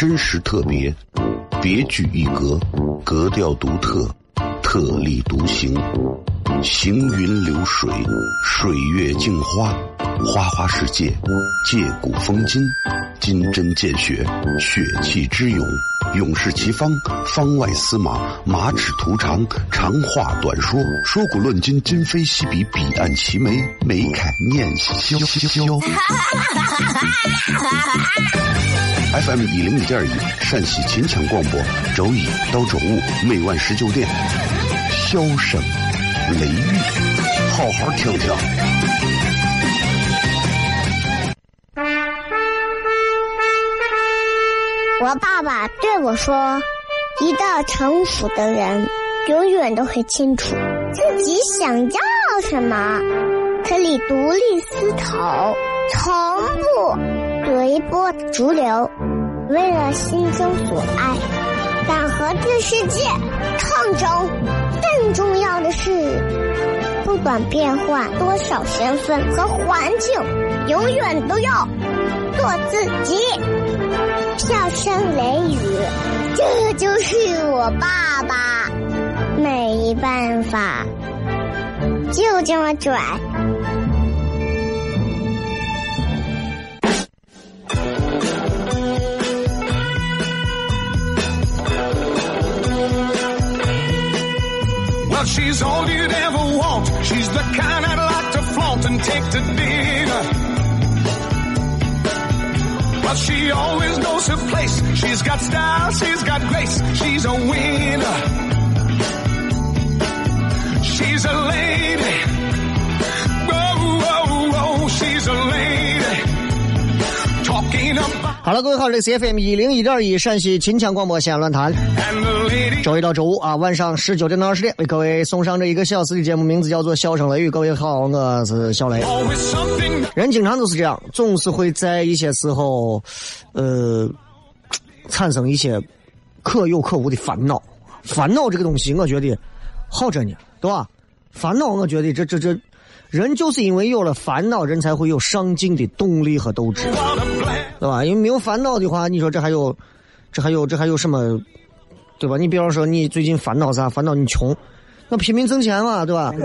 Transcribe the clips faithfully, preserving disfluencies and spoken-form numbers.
真实特别，别具一格，格调独特，特立独行，行云流水，水月镜花，花花世界，借古风今，金针见血，血气之勇，勇士其方，方外司马，马齿图长，长话短说，说古论今，今非昔比，彼岸齐眉，眉凯面萧萧。F M 一零一点一，陕西秦腔广播，周一到周五每晚十九点，箫声雷雨，好好听听。 我爸爸对我说，一个成熟的人永远都会清楚自己想要什么，可以独立思考，从不随波逐流，为了心中所爱，敢和这世界抗争。更重要的是，不管变换多少身份和环境，永远都要做自己。笑声雷雨，这就是我爸爸，没办法，就这么拽。 Well, she's all you'd ever want. She's the kind I'd like to flaunt and take to dinner. Well, she always knows her place. She's got style, she's got grace. She's a winner. She's a lady. Whoa, whoa, whoa, she's a lady. Talking about. 好了，各位好，这是 C F M 一零一点一陕西秦腔广播西安论坛。周一到周五啊，晚上十九点到二十点，为各位送上这一个小时的节目，名字叫做《笑声雷雨》。各位好，我是小雷。人经常都是这样，总是会在一些时候，呃，产生一些可有可无的烦恼。烦恼这个东西，我觉得好着呢，对吧？烦恼，我觉得这这这，人就是因为有了烦恼，人才会有上进的动力和斗志，对吧？因为没有烦恼的话，你说这还有，这还有，这还有什么？对吧？你比方说你最近烦恼啥？烦恼你穷，那拼命挣钱嘛，对吧？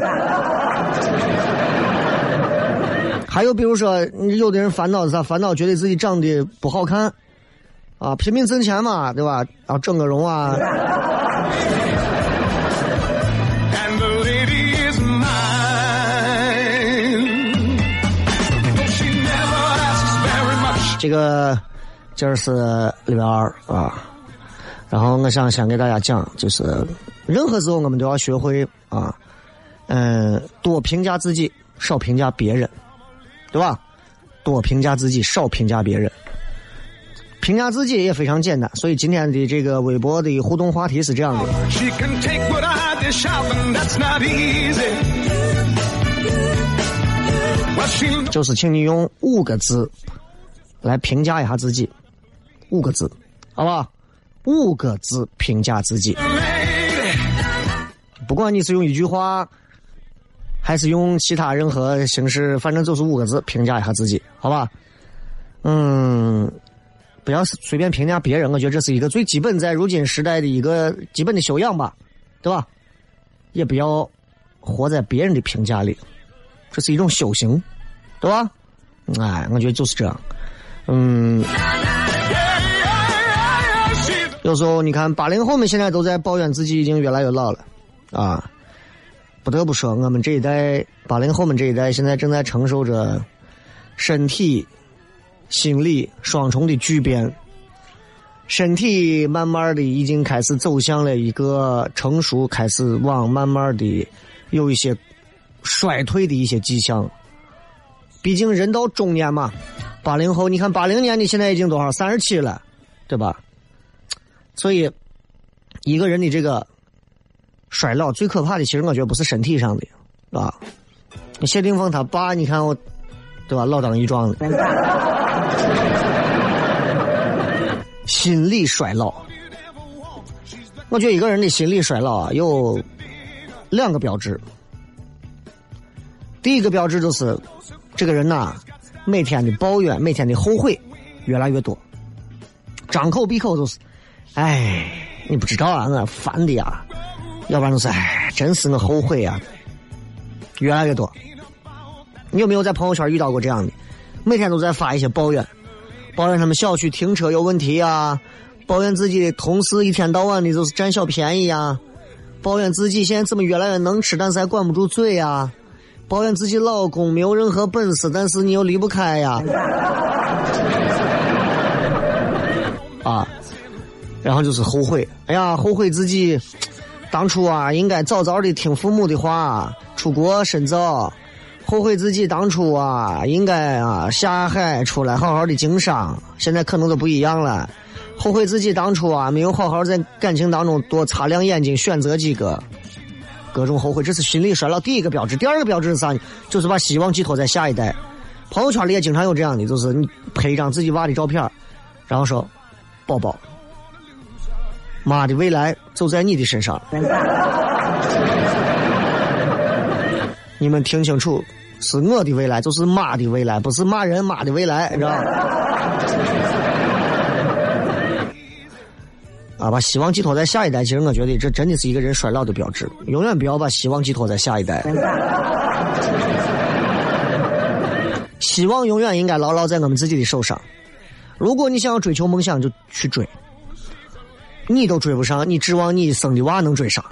还有比如说，有的人烦恼啥？烦恼觉得自己长得不好看，啊，拼命挣钱嘛，对吧？然后整个容啊。这个今儿是礼拜二啊。然后我想想给大家讲，就是任何时候我们都要学会啊，嗯，多评价自己，少评价别人，对吧？多评价自己，少评价别人。评价自己也非常简单，所以今天的这个微博的互动话题是这样的，就是请你用五个字来评价一下自己，五个字，好不好？五个字评价自己，不管你是用一句话还是用其他任何形式，反正就是五个字评价一下自己，好吧？嗯，不要随便评价别人，我觉得这是一个最基本在如今时代的一个基本的修养吧，对吧？也不要活在别人的评价里，这是一种修行，对吧？哎，我觉得就是这样。嗯，有时候你看八零后们现在都在抱怨自己已经越来越老了啊，不得不说我们这一代八零后们这一代现在正在承受着身体心理双重的巨变，身体慢慢的已经开始走向了一个成熟，开始往慢慢的有一些衰退的一些迹象，毕竟人到中年嘛，八零后你看八零年的现在已经多少三十七了，对吧？所以一个人的这个衰老最可怕的其实我觉得不是身体上的啊，谢霆锋他爸你看我对吧老当益壮的，心理衰老，我觉得一个人的心理衰老啊有两个标志，第一个标志就是这个人呐、啊、每天的抱怨每天的后悔越来越多， 张口闭口就是，哎，你不知道啊，我烦的呀，要不然就是哎，真是我后悔啊，越来越多。你有没有在朋友圈遇到过这样的？每天都在发一些抱怨，抱怨他们小区停车有问题啊，抱怨自己的同事一天到晚的就是占小便宜啊，抱怨自己现在怎么越来越能吃，但是还管不住嘴啊，抱怨自己老公没有任何本事，但是你又离不开呀，啊，然后就是后悔，哎呀，后悔自己当初啊应该早早的听父母的话，出国深造。后悔自己当初啊应该啊下海出来好好的经商，现在可能都不一样了。后悔自己当初啊没有好好在感情当中多擦亮眼睛，选择几个，各种后悔，这是心理衰老第一个标志。第二个标志是啥呢？就是把希望寄托在下一代。朋友圈里也经常有这样的，就是你拍一张自己娃的照片，然后说宝宝妈的未来走在你的身上。你们听清楚，是我的未来，就是妈的未来，不是骂人妈的未来，你知道吗？啊，把希望寄托在下一代，其实我觉得这真的是一个人衰老的标志。永远不要把希望寄托在下一代，希望永远应该牢牢在我们自己的手上。如果你想要追求梦想，就去追，你都追不上，你指望你生的娃能追上？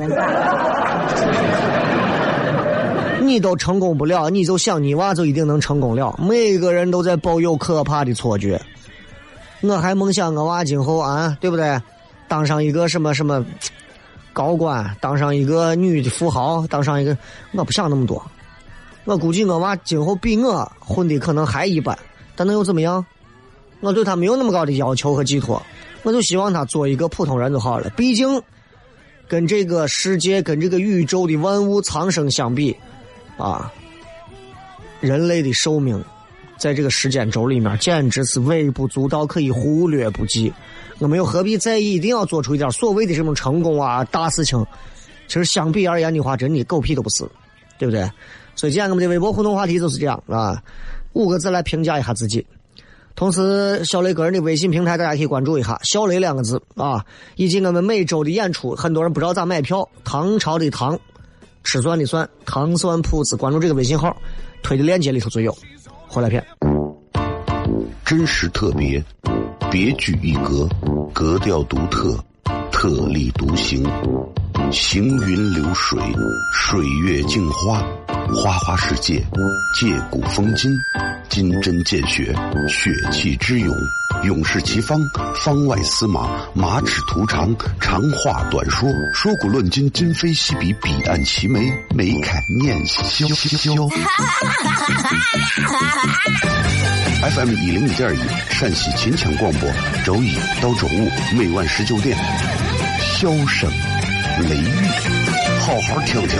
你都成功不了，你就想你娃就一定能成功了。每个人都在抱有可怕的错觉。我还梦想我娃今后啊，对不对？当上一个什么什么高官，当上一个女的富豪，当上一个……我不想那么多。我估计我娃今后比我混的可能还一般，但能又怎么样？我对他没有那么高的要求和寄托，我就希望他做一个普通人就好了。毕竟跟这个世界、跟这个宇宙的万物苍生相比。啊，人类的寿命在这个时间轴里面简直是微不足道，可以忽略不计。我们又何必在意一定要做出一点所谓的这种成功啊大事情？其实相比而言的话，真的狗屁都不是，对不对？所以今天我们的微博互动话题就是这样啊，五个字来评价一下自己。同时小雷个人的微信平台大家可以关注一下，小雷两个字啊，以及我们每周的演出，很多人不知道咋买票，唐朝的唐，吃酸的酸，糖酸铺子，关注这个微信号，推的链接里头就有。回来片， 真实特别，别具一格，格调独特，特立独行，行云流水，水月镜花，花花世界，借古风今，金针见血，血气之勇，勇士齐方，方外司马，马齿图长，长话短说，说古论今，今非昔比，彼岸齐眉，眉开眼笑笑。F M 一零一点一，陕西秦腔广播，周一到周五每晚十九点，箫声雷雨，好好听听。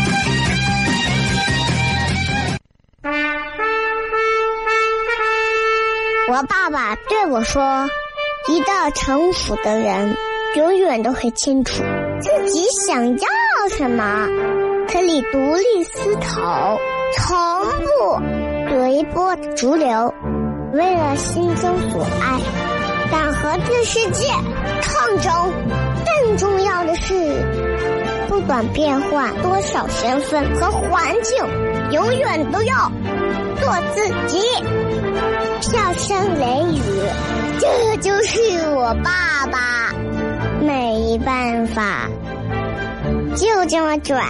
我爸爸对我说，一个成熟的人永远都会清楚自己想要什么，可以独立思考，从不随波逐流，为了心中所爱，敢和这世界抗争。更重要的是，不管变换多少身份和环境，永远都要做自己。笑声雷雨，这就是我爸爸，没办法，就这么拽。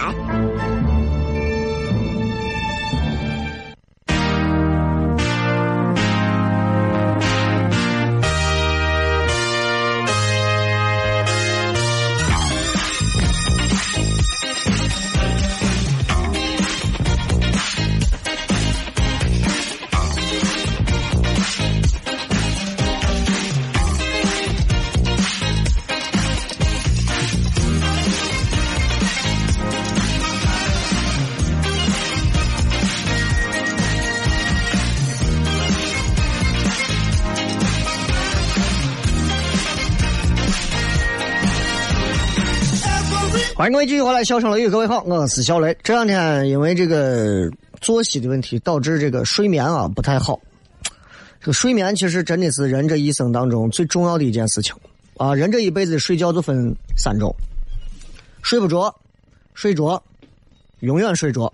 欢迎各位继续回来，笑声雷雨，各位好，我是小雷。这两天因为这个作息的问题，导致这个睡眠啊不太好， 这个睡眠其实真的是人这一生当中最重要的一件事情啊！人这一辈子睡觉就分三种：睡不着、睡着、永远睡着。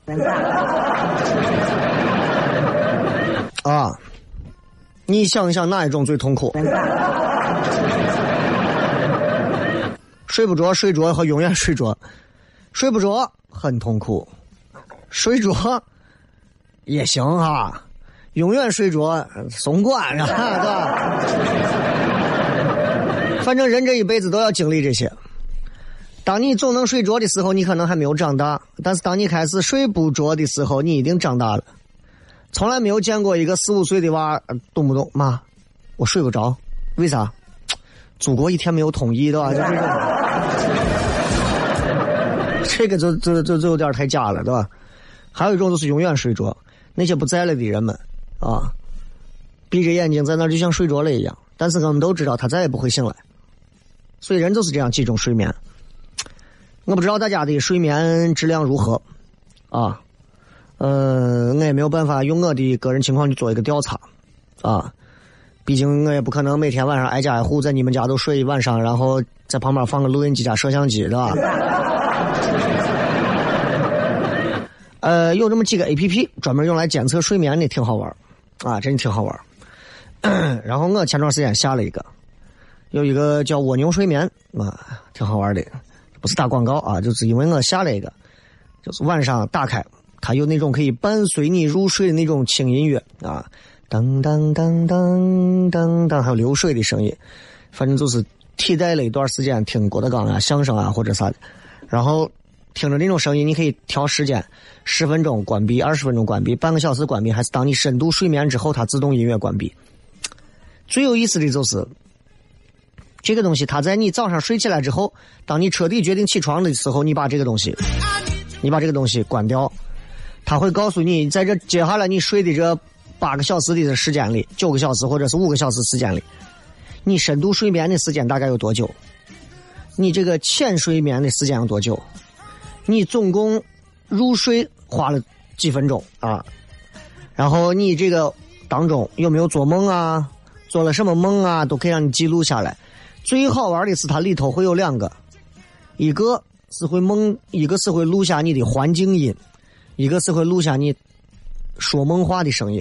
啊，你想一想哪一种最痛苦？睡不着、睡着和永远睡着。睡不着很痛苦，睡着也行哈。永远睡着松管啊，对吧？反正人这一辈子都要经历这些。当你总能睡着的时候，你可能还没有长大；但是当你开始睡不着的时候，你一定长大了。从来没有见过一个四五岁的娃动不动妈，我睡不着，为啥？祖国一天没有统一，对吧？就这个，这个就就就就有点太假了，对吧？还有一种就是永远睡着，那些不在了的人们。啊，闭着眼睛在那儿就像睡着了一样，但是我们都知道他再也不会醒来，所以人就是这样几种睡眠。我不知道大家的睡眠质量如何啊，呃，我也没有办法用我的个人情况去做一个调查啊，毕竟我也不可能每天晚上挨家挨户在你们家都睡一晚上，然后在旁边放个录音机加摄像机，对吧？呃，有这么几个 A P P 专门用来检测睡眠的，挺好玩啊，真的挺好玩。然后我前段时间下了一个，有一个叫蜗牛睡眠啊，挺好玩的，不是打广告啊，就是因为我下了一个，就是晚上打开，它有那种可以伴随你入睡的那种轻音乐啊，当当当当当当，还有流水的声音，反正就是替代了一段时间听郭德纲啊、相声啊或者啥的，然后听着那种声音，你可以调时间，十分钟关闭，二十分钟关闭，半个小时关闭，还是当你深度睡眠之后，它自动音乐关闭。最有意思的就是这个东西，它在你早上睡起来之后，当你彻底决定起床的时候，你把这个东西，你把这个东西关掉，它会告诉你，在这接下来你睡的这八个小时的时间里，九个小时或者是五个小时时间里，你深度睡眠的时间大概有多久？你这个浅睡眠的时间有多久？你总共入睡花了几分钟啊？然后你这个当中有没有做梦啊？做了什么梦啊？都可以让你记录下来。最好玩的是它里头会有两个，一个是会梦，一个是会录下你的环境音，一个是会录下你说梦话的声音。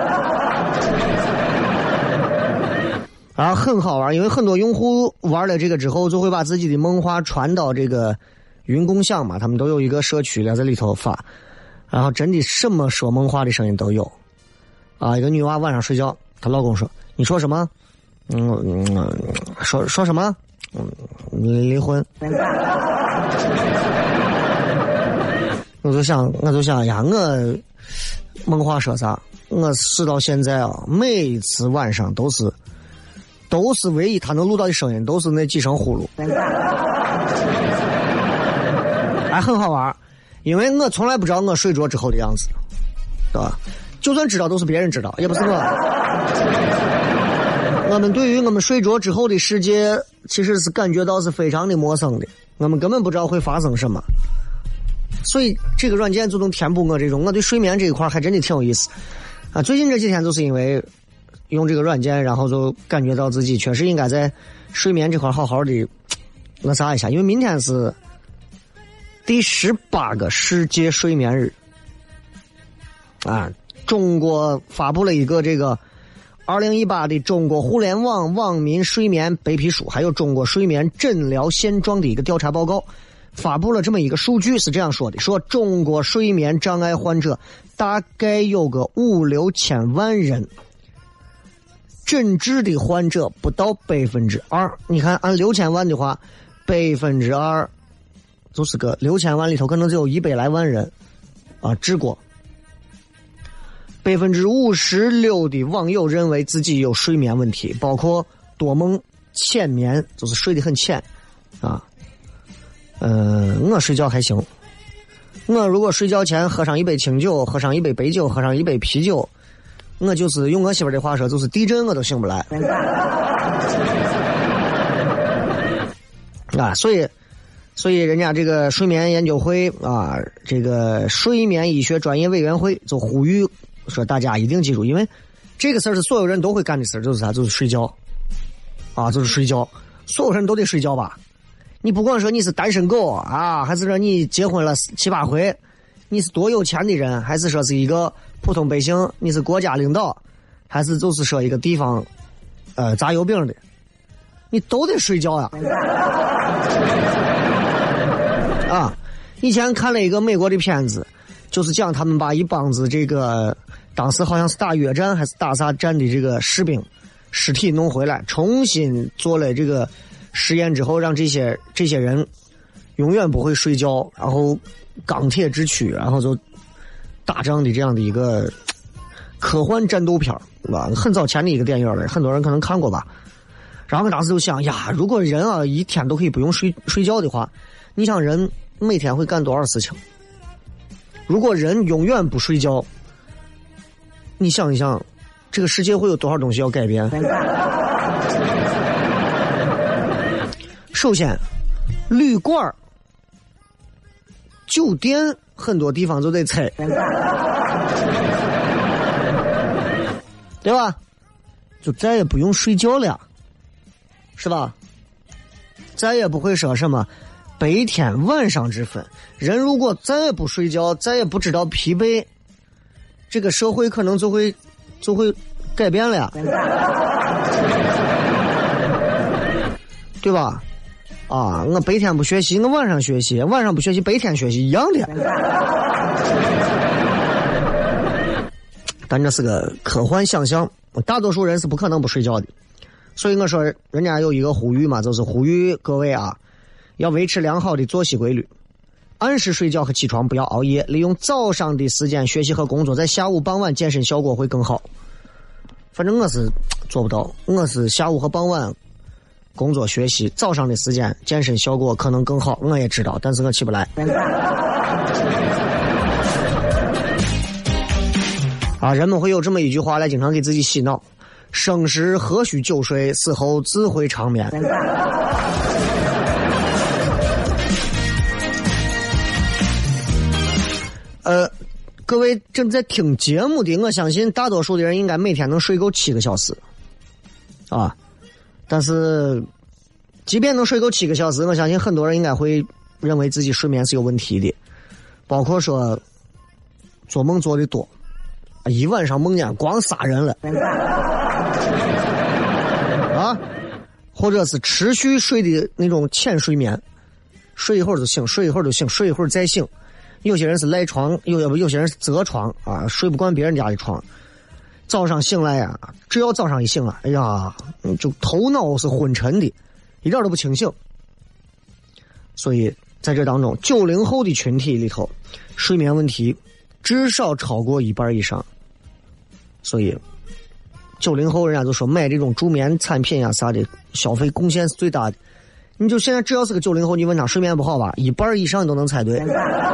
然后很好玩，因为很多用户玩了这个之后，就会把自己的梦话传到这个云共享嘛，他们都有一个社区在这里头发，然后真的什么说梦话的声音都有。啊，一个女娃晚上睡觉，她老公说：“你说什么？嗯嗯，说说什么？嗯，离婚。”我就想，我就想呀，我梦话说啥？我试到现在啊，每一次晚上都是。都是唯一他能录到的声音，都是那几声呼噜，还很好玩，因为我从来不知道我睡着之后的样子，对吧？就算知道，都是别人知道，也不是我。我们对于我们睡着之后的世界，其实是感觉到是非常的陌生的，我们根本不知道会发生什么。所以这个软件就能填补我这种，我对睡眠这一块还真的挺有意思啊。最近这几天就是因为用这个软件，然后就感觉到自己确实应该在睡眠这块好好的那啥一下，因为明天是第十八个世界睡眠日啊，中国发布了一个这个二零一八的中国互联网网民睡眠白皮书，还有中国睡眠诊疗现状的一个调查报告，发布了这么一个数据，是这样说的，说中国睡眠障碍患者大概有个五六千万人，诊治的患者不到百分之二。你看，按六千万的话，百分之二就是个六千万里头可能只有一百来万人啊治过。百分之五十六的网友认为自己有睡眠问题，包括多梦、浅眠，就是睡得很浅啊。嗯、呃，我睡觉还行。我如果睡觉前喝上一杯清酒，喝上一杯白酒，喝上一杯啤酒。我就是用我媳妇的话说，就是地震我都醒不来啊！所以，所以人家这个睡眠研究会啊，这个睡眠医学专业委员会就呼吁说，大家一定记住，因为这个事儿是所有人都会干的事儿，就是啥？就是睡觉啊，就是睡觉。所有人都得睡觉吧？你不管说你是单身狗啊，还是说你结婚了七八回，你是多有钱的人，还是说是一个普通百姓，你是国家领导，还是就是说一个地方呃炸油饼的，你都得睡觉呀。啊，以前看了一个美国的片子，就是讲他们把一帮子这个当时好像是打越战还是打啥战的这个士兵尸体弄回来，重新做了这个实验之后，让这些这些人永远不会睡觉，然后钢铁之躯，然后就打仗的这样的一个科幻战斗片，对吧？很早前的一个电影了，很多人可能看过吧。然后我当时就想呀，如果人啊一天都可以不用睡睡觉的话，你想人每天会干多少事情？如果人永远不睡觉，你想一想，这个世界会有多少东西要改变？首先，旅馆、酒店很多地方就得拆，对吧？就再也不用睡觉了，是吧？再也不会说什么白天晚上之分。人如果再也不睡觉，再也不知道疲惫，这个社会可能就会就会改变了，对吧？啊，我白天不学习，我晚上学习；晚上不学习，白天学习，一样的。但这是个科幻想象，大多数人是不可能不睡觉的。所以我说，人家有一个呼吁嘛，就是呼吁各位啊，要维持良好的作息规律，按时睡觉和起床，不要熬夜，利用早上的时间学习和工作，在下午傍晚健身效果会更好。反正我是做不到，我是下午和傍晚工作学习，早上的时间健身效果可能更好，我也知道，但是我起不来。啊，人们会有这么一句话来经常给自己洗脑：生时何须久睡，死后自会长眠。呃，各位正在听节目的，我相信大多数的人应该每天能睡够七个小时，啊，但是即便能睡够七个小时，我相信很多人应该会认为自己睡眠是有问题的，包括说做梦做的多，一晚上梦见光杀人了，啊，或者是持续睡的那种浅睡眠，睡一会儿就醒，睡一会儿就醒，睡一会儿再醒。有些人是赖床，有有些人是择床啊，睡不惯别人家的床。早上醒来呀、啊，只要早上一醒了，哎呀，就头脑是昏沉的，一点都不清醒。所以在这当中，九零后的群体里头，睡眠问题至少超过一半以上。所以九零后人家就说买这种助眠产品呀、啊、啥的，消费贡献是最大的。你就现在只要是个九零后，你问他睡眠不好吧，一半以上你都能猜对。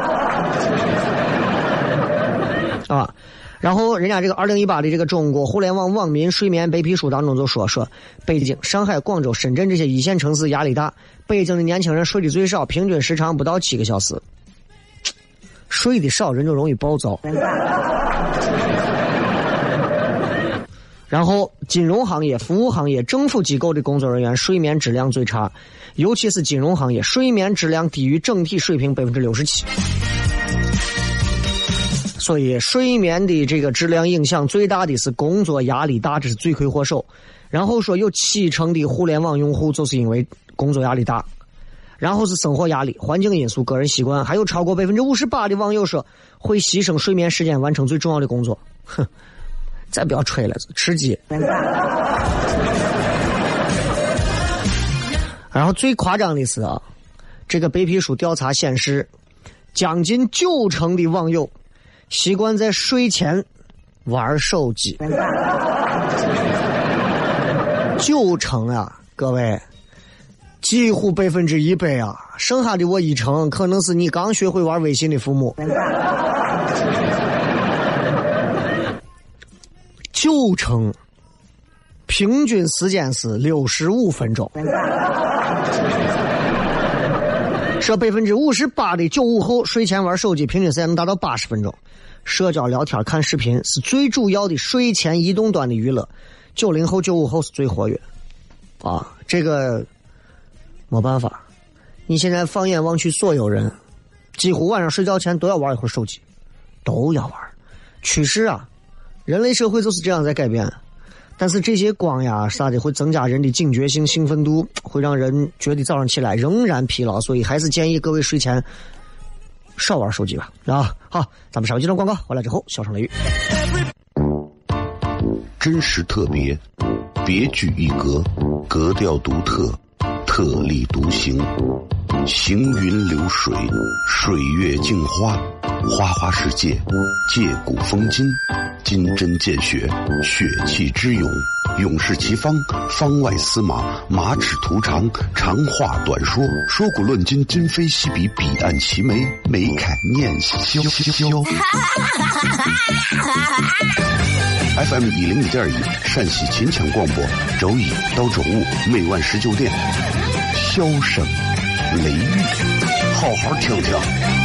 啊，然后人家这个二零一八的这个中国互联网网民睡眠白皮书当中就说说，北京、上海、广州、深圳这些一线城市压力大，北京的年轻人睡的最少，平均时长不到七个小时。睡的少人就容易暴躁。然后金融行业、服务行业、政府机构的工作人员睡眠质量最差，尤其是金融行业，睡眠质量低于整体水平百分之六十七。所以睡眠的这个质量影响最大的是工作压力大，这是罪魁祸首。然后说有七成的互联网用户就是因为工作压力大，然后是生活压力、环境因素、个人习惯，还有超过百分之五十八的网友说会牺牲睡眠时间完成最重要的工作。哼。再不要吹了，吃鸡。然后最夸张的是啊，这个白皮书调查显示，将近九成的网友习惯在睡前玩手机。九成啊，各位，几乎百分之一百啊，剩下的我一成，可能是你刚学会玩微信的父母。九成，平均时间是六十五分钟，说百分之五十八的九五后睡前玩手机，平均时间能达到八十分钟， 社交聊天看视频是最主要的睡前移动端的娱乐。九零后九五后是最活跃啊，这个没办法。你现在放眼望去，所有人几乎晚上睡觉前都要玩一会儿手机，都要玩。趋势啊，人类社会就是这样在改变。但是这些光呀啥的会增加人的警觉性、兴奋度，会让人觉得早上起来仍然疲劳，所以还是建议各位睡前少玩手机吧。啊，好，咱们稍微接段广告，回来之后小声雷雨。 真实特别，别具一格，格调独特，特立独行，行云流水，水月镜花，花花世界，借古风今，金针见血，血气之勇，勇士其方，方外司马，马齿图长，长话短说，说古论今，今非昔比，彼岸齐眉，眉开念萧萧。F M 一零一点一陕西秦腔广播，周一到周五每晚十九点，箫声雷雨，好好听听。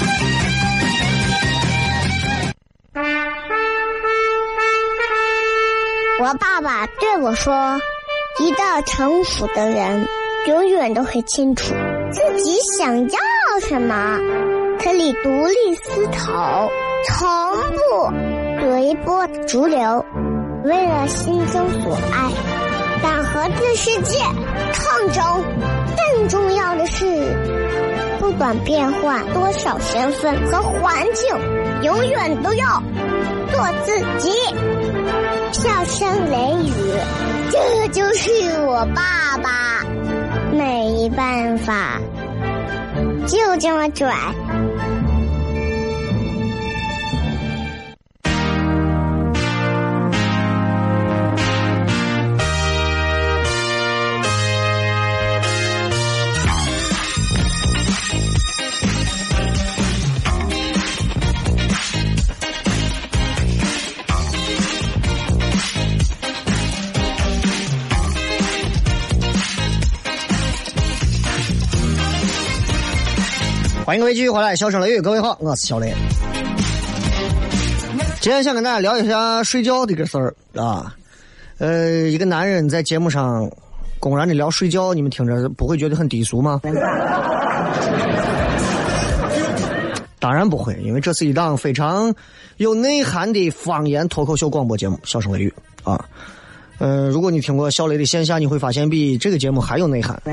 我爸爸对我说，一个成熟的人永远都会清楚自己想要什么，可以独立思考，从不随波逐流，为了心中所爱，敢和这世界抗争。更重要的是，不管变换多少身份和环境，永远都要做自己。笑声雷雨，这就是我爸爸，没办法，就这么拽。 欢迎各位继续回来，笑声雷雨，各位好，我是小雷。今天想跟大家聊一下睡觉这个事儿啊。呃，一个男人在节目上公然的聊睡觉，你们听着不会觉得很低俗吗？当然不会，因为这是一档非常有内涵的方言脱口秀广播节目，笑声雷雨啊。呃，如果你听过小雷的线下，你会发现比这个节目还有内涵。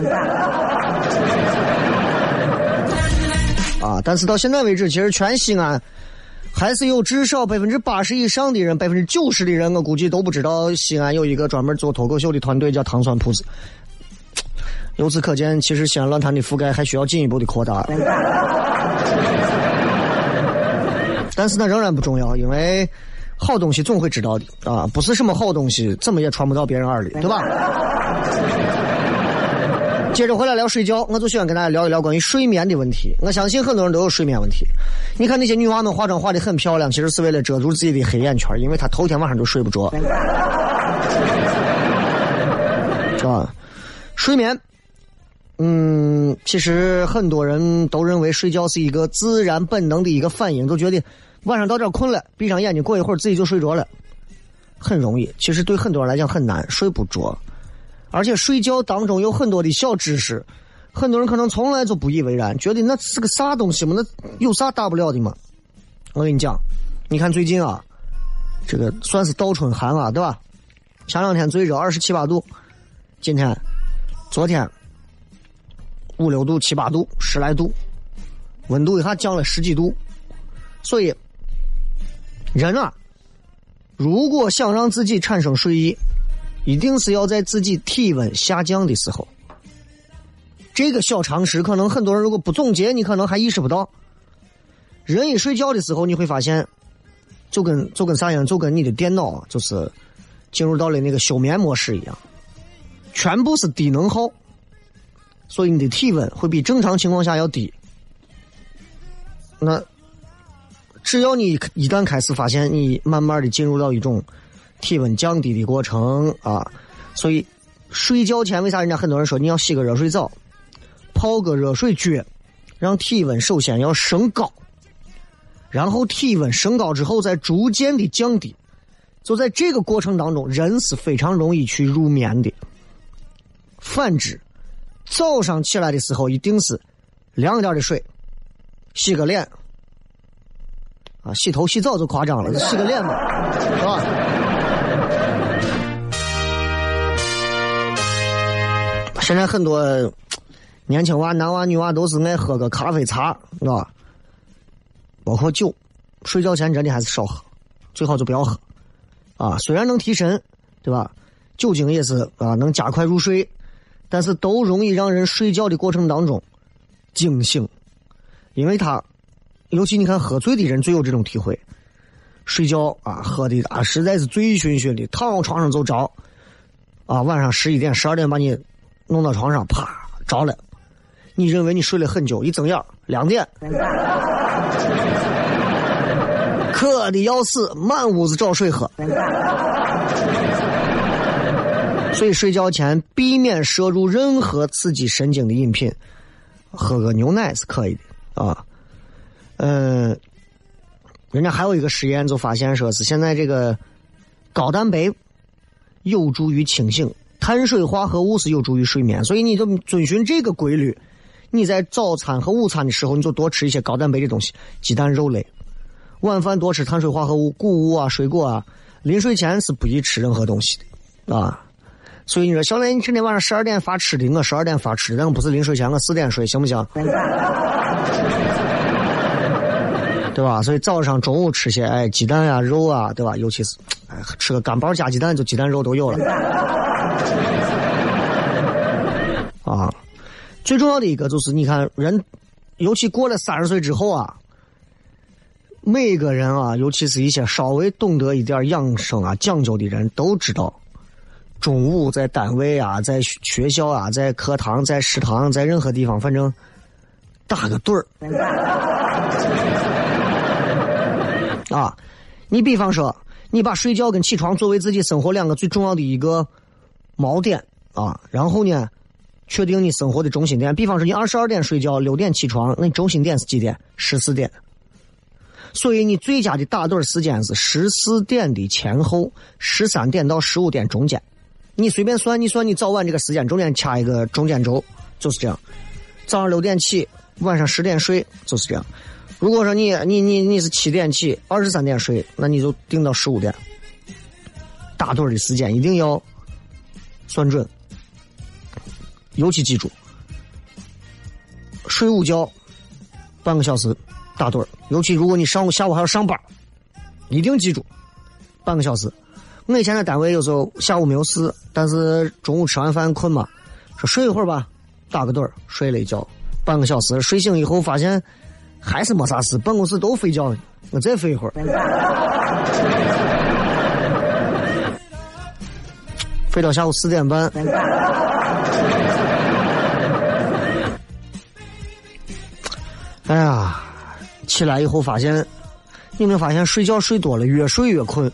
啊！但是到现在为止，其实全西安还是有至少百分之八十以上的人，百分之九十的人，我估计都不知道西安有一个专门做脱口秀的团队，叫糖蒜铺子。由此可见，其实西安论坛的覆盖还需要进一步的扩大。但是呢，仍然不重要，因为好东西总会知道的啊，不是什么好东西，怎么也传不到别人耳里，对吧？接着回来聊睡觉，我就喜欢跟大家聊一聊关于睡眠的问题。我相信很多人都有睡眠问题。你看那些女娃们化妆化得很漂亮，其实是为了遮住自己的黑眼圈，因为她头天晚上就睡不着。啊，睡眠，嗯，其实很多人都认为睡觉是一个自然本能的一个反应，都觉得晚上到这困了，闭上眼睛过一会儿自己就睡着了，很容易。其实对很多人来讲很难，睡不着。而且睡觉当中有很多的小知识，很多人可能从来就不以为然，觉得那是个啥东西嘛，那有啥大不了的嘛？我跟你讲，你看最近啊，这个算是倒春寒啊，对吧？前两天最热二十七八度，今天、昨天五六度、七八度、十来度，温度一下降了十几度。所以，人啊，如果想让自己产生睡意，一定是要在自己体温下降的时候。这个小常识可能很多人如果不总结，你可能还意识不到。人一睡觉的时候，你会发现就跟就跟啥样，就跟你的电脑就是进入到了那个休眠模式一样，全部是低能耗，所以你的体温会比正常情况下要低。那只要你一旦开始发现你慢慢的进入到一种体温降低的过程啊，所以睡觉前为啥人家很多人说你要洗个热水澡，泡个热水脚，让体温首先要升高， 然后体温升高之后再逐渐的降低，就在这个过程当中，人是非常容易去入眠的。反之，早上起来的时候一定是凉一点的水，洗个脸啊，洗头洗澡就夸张了，洗个脸嘛，是吧？现在很多年轻娃、男娃、女娃都是爱喝个咖啡茶，是吧？包括酒，睡觉前真的还是少喝，最好就不要喝啊。虽然能提神，对吧？酒精也是啊，能加快入睡，但是都容易让人睡觉的过程当中惊醒，因为他，尤其你看喝醉的人最有这种体会，睡觉啊喝的啊实在是醉醺醺的，躺床上就着，啊晚上十一点、十二点把你弄到床上，啪着了，你认为你睡了很久，一睁眼两点。渴的要死，满屋子找水喝。所以睡觉前避免摄入任何刺激神经的饮品，喝个牛奶是可以的啊。嗯，人家还有一个实验就发现说是现在这个高蛋白有助于清醒，碳水化合物是有助于睡眠，所以你就遵循这个规律，你在早餐和午餐的时候你就多吃一些高蛋白的东西，鸡蛋肉类，晚饭多吃碳水化合物，谷物啊水果啊，临睡前是不宜吃任何东西的啊。所以你说小雷你今天晚上十二点发吃的，我十二点发吃的，但我不是临睡前我四点睡，行不行？对吧？所以早上中午吃些哎鸡蛋啊肉啊，对吧？尤其是哎吃个干包加鸡蛋，就鸡蛋肉都有了啊。最重要的一个就是你看人，尤其过了三十岁之后啊，每个人啊，尤其是一些稍微懂得一点养生啊讲究的人都知道，中午在单位啊，在学校啊，在课堂，在食堂，在任何地方，反正打个盹儿啊。你比方说你把睡觉跟起床作为自己生活两个最重要的一个锚点啊，然后呢确定你生活的中心点。比方说你二十二点睡觉，六点起床，那你中心点是几点？十四点。所以你最佳的打盹时间是十四点的前后，十三点到十五点中间。你随便算，你算你早晚这个时间中间掐一个中间轴，就是这样。早上六点起，晚上十点睡，就是这样。如果说你你你你是七点起，二十三点睡，那你就定到十五点。打盹的时间一定要算准，尤其记住，睡午觉半个小时打盹，尤其如果你上午下午还要上班，一定记住半个小时。我以前在单位有时候下午没有事，但是中午吃完饭困嘛，说睡一会儿吧，打个盹，睡了一觉半个小时，睡醒以后发现还是没啥事，办公室都睡觉，我再睡一会儿，睡到下午四点半。哎呀，起来以后发现，你有没有发现睡觉睡多了越睡越困，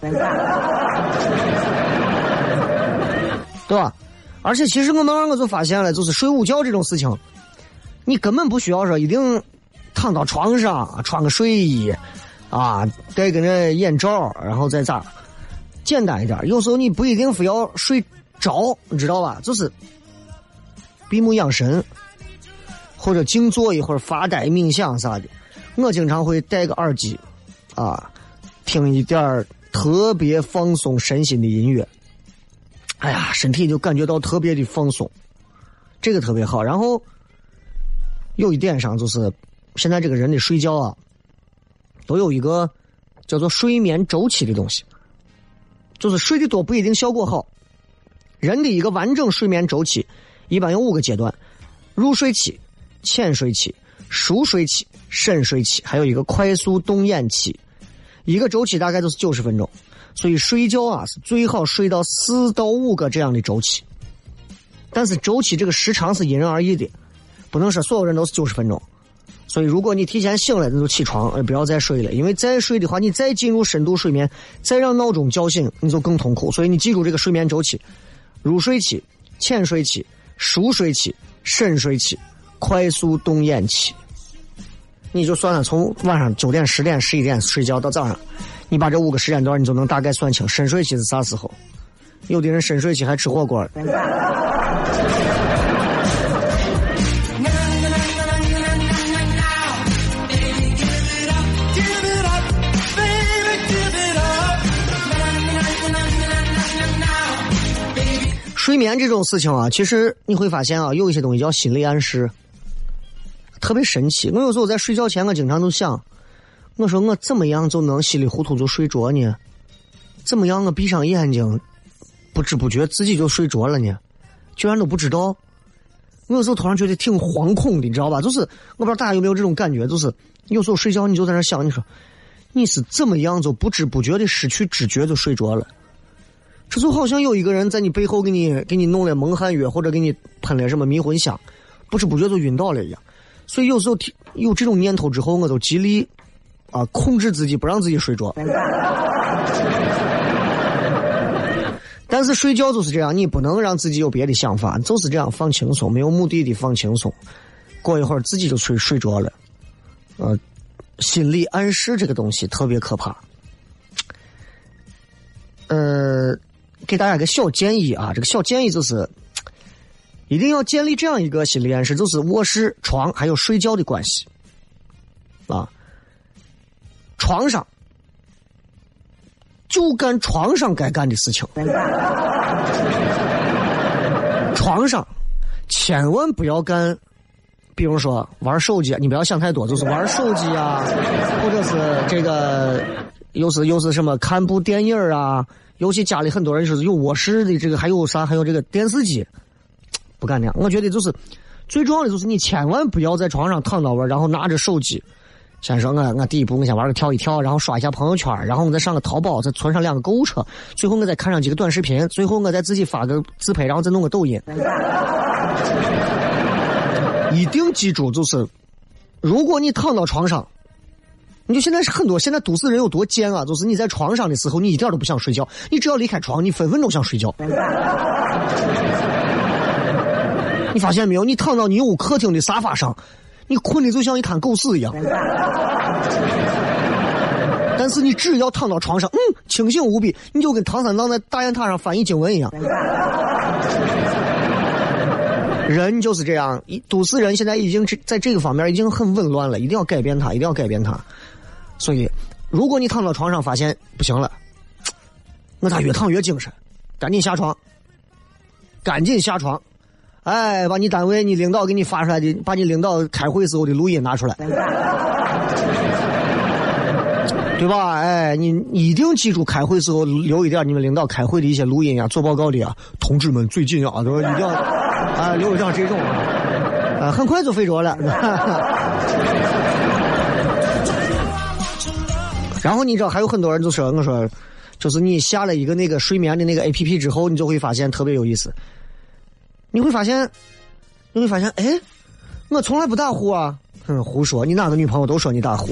对吧？而且其实我慢慢我就发现了，就是睡午觉这种事情，你根本不需要说一定躺到床上穿个睡衣啊，戴个那眼罩，然后再咋，简单一点。有时候你不一定非要睡着，你知道吧？就是闭目养神，或者静坐一会儿发呆冥想啥的。我经常会戴个耳机啊，听一点特别放松身心的音乐，哎呀，身体就感觉到特别的放松，这个特别好。然后有一点上就是现在这个人的睡觉啊，都有一个叫做睡眠周期的东西，就是睡得多不一定效果好。人的一个完整睡眠周期一般有五个阶段：入睡期、浅睡期、熟睡期、深睡期，还有一个快速动眼期。一个周期大概都是九十分钟，所以睡觉啊是最好睡到四到五个这样的周期。但是周期这个时长是因人而异的，不能说所有人都是九十分钟。所以如果你提前醒了，那就起床，不要再睡了，因为再睡的话，你再进入深度睡眠，再让闹钟叫醒，你就更痛苦。所以你记住这个睡眠周期：入睡期、浅睡期、熟睡期、深睡期、快速动眼期。 你就算了，从晚上九点、十点、十一点睡觉到早上，你把这五个时间段你就能大概算清深睡期是啥时候。有的人深睡期还吃火锅。睡眠这种事情啊，其实你会发现啊，有一些东西叫心理暗示，特别神奇。我有时候在睡觉前，我经常都想，我说我怎么样就能稀里糊涂就睡着呢？怎么样我闭上眼睛，不知不觉自己就睡着了呢？居然都不知道。我有时候突然觉得挺惶恐的，你知道吧？就是我不知道大家有没有这种感觉，就是有时候睡觉你就在那想，你说你是怎么样就不知不觉的失去知觉就睡着了？这就好像有一个人在你背后给你给你弄了蒙汗药，或者给你喷了什么迷魂香，不知不觉就晕倒了一样。所以有时候有这种念头之后，我都极力啊控制自己，不让自己睡着。但是睡觉就是这样，你不能让自己有别的想法，就是这样放轻松，没有目的的放轻松，过一会儿自己就睡睡着了。呃，心理暗示这个东西特别可怕。呃。给大家一个小建议啊，这个小建议就是一定要建立这样一个心理暗示，就是卧室、床还有睡觉的关系啊。床上就干床上该干的事情，床上千万不要干，比如说玩手机，你不要想太多，就是玩手机啊，或者是这个又是又是什么看部电影啊。尤其家里很多人就是有卧室的这个，还有啥，还有这个电视机，不干这样。我觉得就是最重要的就是你千万不要在床上躺到位，然后拿着手机，先说我我第一步我先玩个跳一跳，然后刷一下朋友圈，然后我再上个淘宝，再存上两个购物车，最后我再看上几个短视频，最后我再自己发个自拍，然后再弄个抖音。一定记住，就是如果你躺到床上。你就现在是很多现在都市人有多贱啊，就是你在床上的时候你一点都不想睡觉，你只要离开床你分分钟想睡觉。你发现没有，你躺到你有客厅的沙发上，你困的就像一滩狗屎一样。但是你只要躺到床上，嗯，清醒无比，你就跟唐三藏在大雁塔上翻译经文一样。人就是这样，都市人现在已经在这个方面已经很紊乱了，一定要改变它，一定要改变它。所以如果你躺到床上发现不行了，我咋越躺越精神，赶紧下床，赶紧下床，哎，把你单位你领导给你发出来的，把你领导开会时候的录音拿出来，对吧？哎，你你一定记住开会时候留一点你们领导开会的一些录音啊，做报告的啊，同志们最近啊，都一定要啊留一张这种啊，啊，很快就睡着了。然后你知道还有很多人就说，我说就是你下了一个那个睡眠的那个 A P P 之后，你就会发现特别有意思。你会发现，你会发现，哎，我从来不打呼啊，嗯，胡说，你哪个女朋友都说你打呼。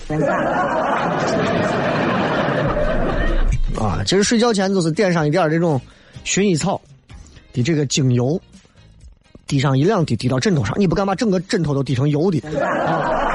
啊，其实睡觉前就是点上一点这种薰衣草的这个精油，滴上一两滴，滴到枕头上，你不敢把整个枕头都滴成油的。啊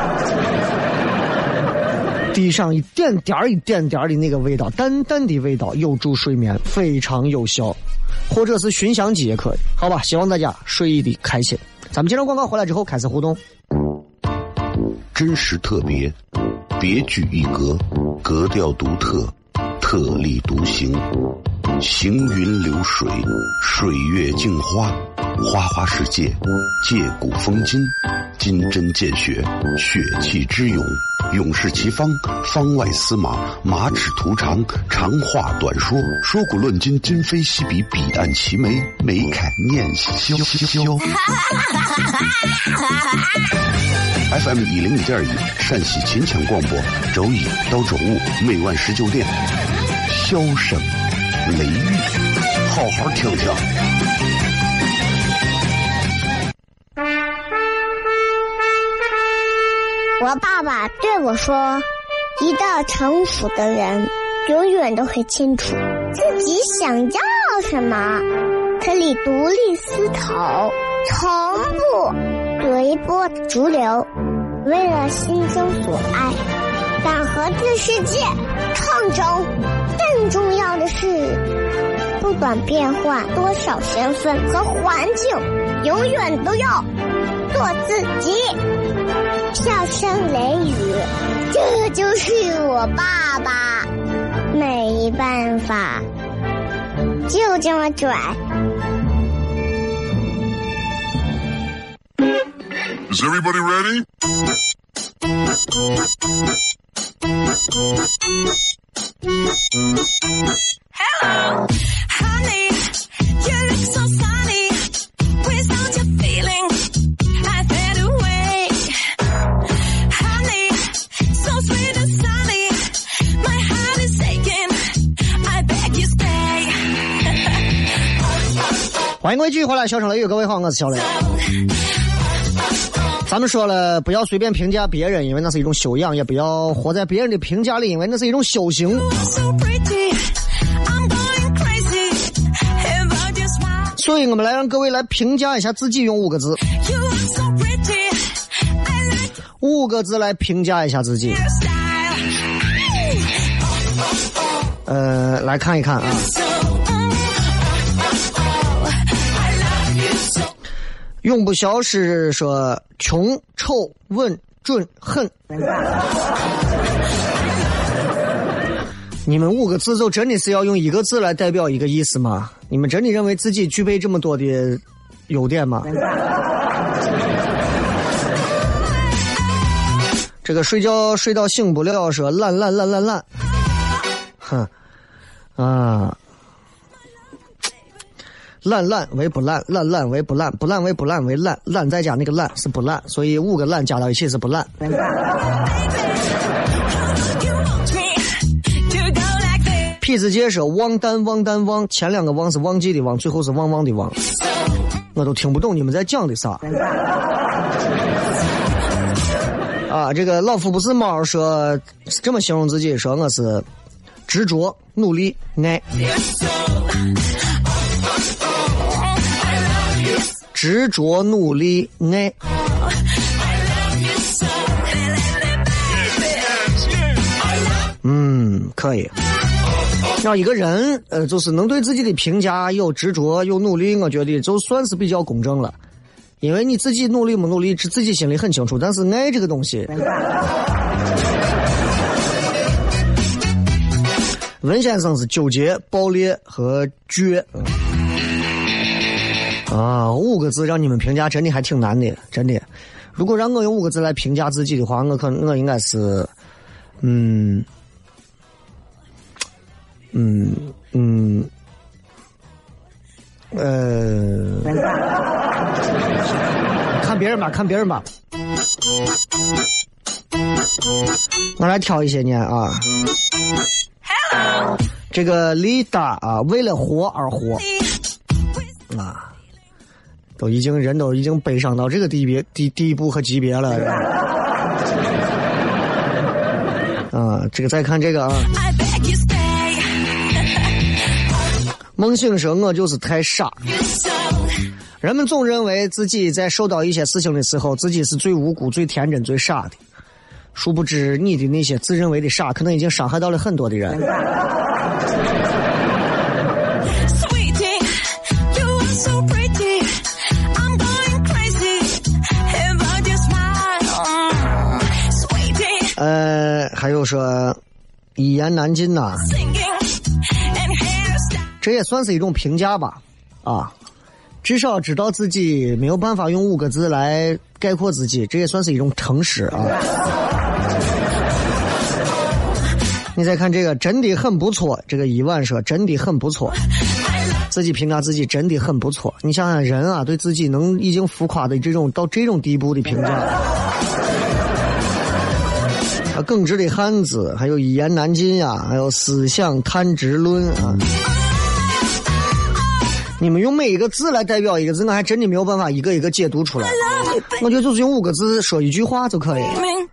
滴上一点点一点点的那个味道，淡淡的味道，有助睡眠，非常有效。或者是熏香机也可以，好吧？希望大家睡得开心。咱们接着广告回来之后开始互动。 真实特别，别具一格，格调独特，特立独行，行云流水，水月镜花，花花世界，借古风今，金针见血，血气之勇，勇士其方，方外司马，马齿图长，长话短说，说古论今，今非昔比，彼岸齐眉，眉开念萧萧。F M 一零一点一陕西秦腔广播，周一到周五每晚十九点，笑声雷雨，好好听听。 我爸爸对我说，一个成熟的人永远都会清楚自己想要什么，可以独立思考，从不随波逐流， 为了心中所爱，敢和这世界抗争。更重要的是，不管变换多少身份和环境，永远都要做自己。笑声雷雨，这就是我爸爸。没办法，就这么拽。 Is everybody ready? Hello, honey, you look so sunny. Without your feeling, I fade away. Honey, so sweet and sunny. My heart is aching. I beg you stay. 欢迎各位继续回来，小声雷雨，各位好，我是小雷。咱们说了，不要随便评价别人，因为那是一种修养；也不要活在别人的评价里，因为那是一种修行。所以我们来让各位来评价一下自己，用五个字，五个字来评价一下自己。呃，来看一看啊。永不消失说穷臭稳准狠。你们五个字就真的是要用一个字来代表一个意思吗？你们真的认为自己具备这么多的优点吗？这个睡觉睡到醒不了说烂烂烂烂烂，哼啊。烂烂为不烂，烂烂为不烂，不烂为不烂为烂，烂再加那个烂是不烂，所以五个烂加到一起是不烂。痞子街说汪丹汪丹汪，前两个汪是忘记的汪，最后是汪汪的汪，我都听不懂你们在讲的啥。啊，这个老夫不是猫说这么形容自己，说我是执着努力爱。执着努力爱，嗯，可以。让一个人呃，就是能对自己的评价有执着有努力，我觉得就算是比较公正了。因为你自己努力不努力，自己心里很清楚。但是爱这个东西，文先生是纠结、爆裂和倔。啊，五个字让你们评价真的还挺难的，真的。如果让我用五个字来评价自己的话，我可能我应该是，嗯，嗯嗯，呃，看别人吧，看别人吧。我来挑一些年啊。这个李达啊，为了活而活啊。都已经人都已经悲伤到这个地别地地步和级别了啊！这个再看这个啊，梦醒说我就是太傻。人们总认为自己在受到一些事情的时候，自己是最无辜、最天真、最傻的，殊不知你的那些自认为的傻，可能已经伤害到了很多的人。呃，还有说一言难尽呐、啊，这也算是一种评价吧，啊，至少知道自己没有办法用五个字来概括自己，这也算是一种诚实啊。你再看这个真的很不错，这个一万说真的很不错，自己评价自己真的很不错。你想想人啊，对自己能已经浮夸的这种到这种地步的评价。啊，耿直的汉子，还有一言难尽呀、啊，还有思想探直论啊。你们用每一个字来代表一个字，我还真的没有办法一个一个解读出来。我觉得就是用五个字说一句话就可以。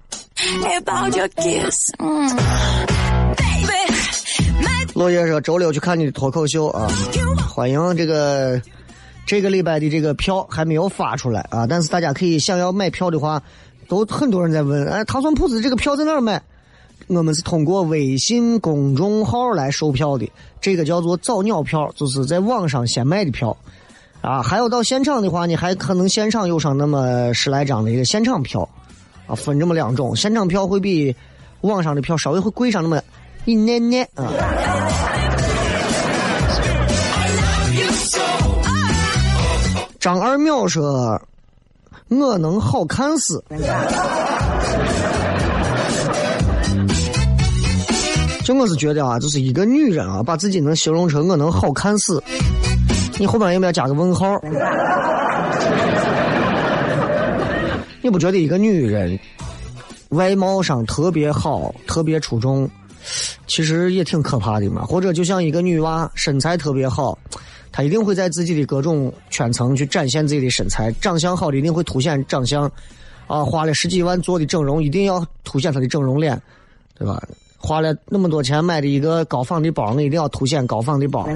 落叶说周六去看你的脱口秀啊，欢迎这个这个礼拜的这个票还没有发出来啊，但是大家可以想要买票的话。 都很多人在问，哎，糖蒜铺子这个票在哪儿买？我们是通过微信公众号来售票的，这个叫做早鸟票，就是在网上先卖的票啊。还有到现场的话，你还可能现场有上那么十来张的一个现场票啊，分这么两种，现场票会比网上的票稍微会贵上那么一点点啊。张二淼说：“我能好看死。”就我是觉得啊，就是一个女人啊，把自己能形容成我能好看死，你后面有没有加个问号？你不觉得一个女人外貌上特别好、特别出众，其实也挺可怕的嘛？或者就像一个女娃身材特别好，她一定会在自己的各种圈层去展现自己的身材，长相好的一定会凸显长相，啊，花了十几万做的整容，一定要凸显她的整容脸，对吧？花了那么多钱买的一个高仿的包，那一定要凸显高仿的包。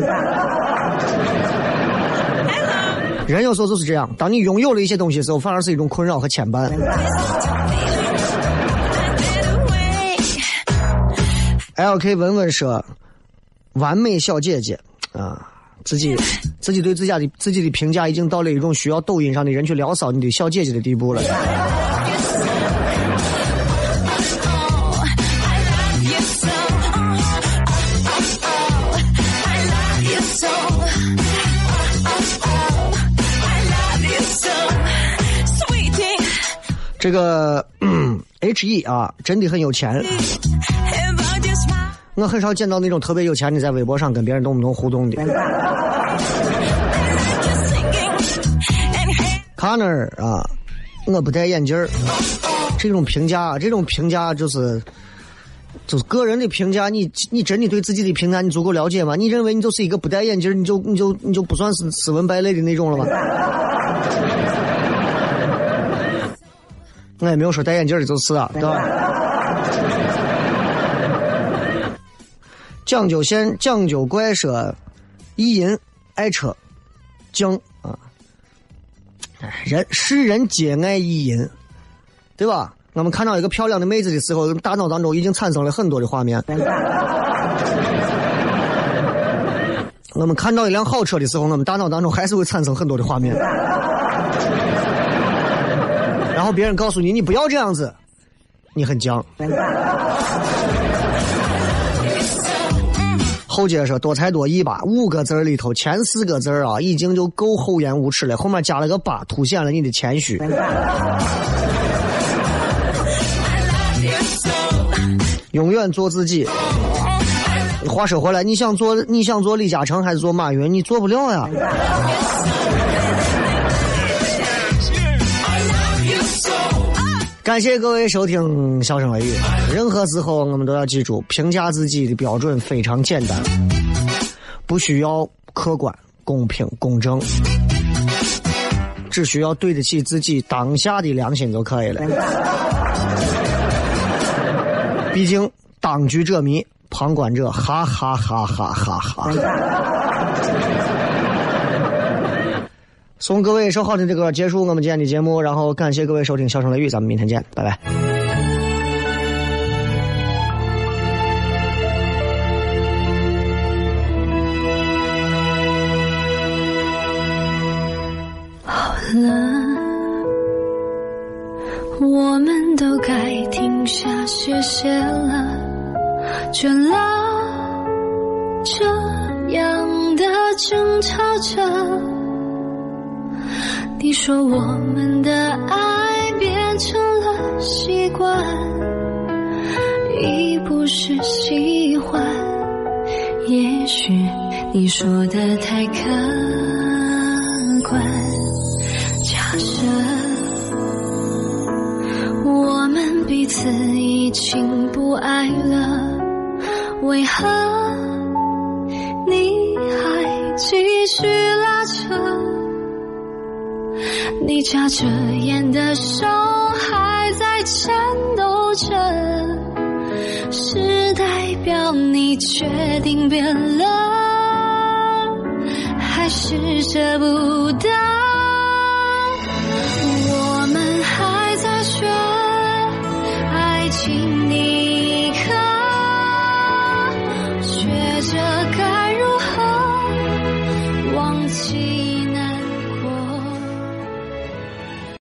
人有时候就是这样，当你拥有了一些东西的时候，反而是一种困扰和牵绊。L K 文文说：“完美小姐姐啊，自己自己对自家的自己的评价已经到了一种需要抖音上的人去聊骚你的小姐姐的地步了。”这个、嗯、H E 啊，真的很有钱。我很少见到那种特别有钱的在微博上跟别人动不动互动的。Connor 啊，我不戴眼镜儿。这种评价，这种评价就是就是个人的评价。你你真的对自己的评价你足够了解吗？你认为你就是一个不戴眼镜，你就你就你就不算是斯文败类的那种了吗？我也没有说戴眼镜的就是啊，对吧？讲究线讲究怪说意淫爱车将啊，人世人皆爱意淫，对吧？我们看到一个漂亮的妹子的时候，大脑当中已经产生了很多的画面。我们看到一辆好车的时候，我们大脑当中还是会产生很多的画面。然后别人告诉你，你不要这样子，你很犟。后接说多才多艺吧，五个字里头前四个字啊，已经就够厚颜无耻了，后面加了个八，凸显了你的谦虚。永远做自己。话说回来，你想做你想做李嘉诚还是做马云？你做不了呀。感谢各位收听笑声雷雨。任何时候我们都要记住，评价自己的标准非常简单，不需要客观、公平、公正，只需要对得起自己当下的良心就可以了。毕竟当局者迷，旁观者哈哈哈哈哈哈。送各位一首好听的歌，结束我们今天的节目，然后感谢各位收听笑声雷雨，咱们明天见，拜拜。 好了，我们都该停下歇歇了，倦了，这样的争吵着。你说我们的爱变成了习惯，已不是喜欢，也许你说的太客观。假设我们彼此已经不爱了，为何你还继续拉扯？你眨着眼的手还在颤抖着，是代表你决定变了，还是舍不得？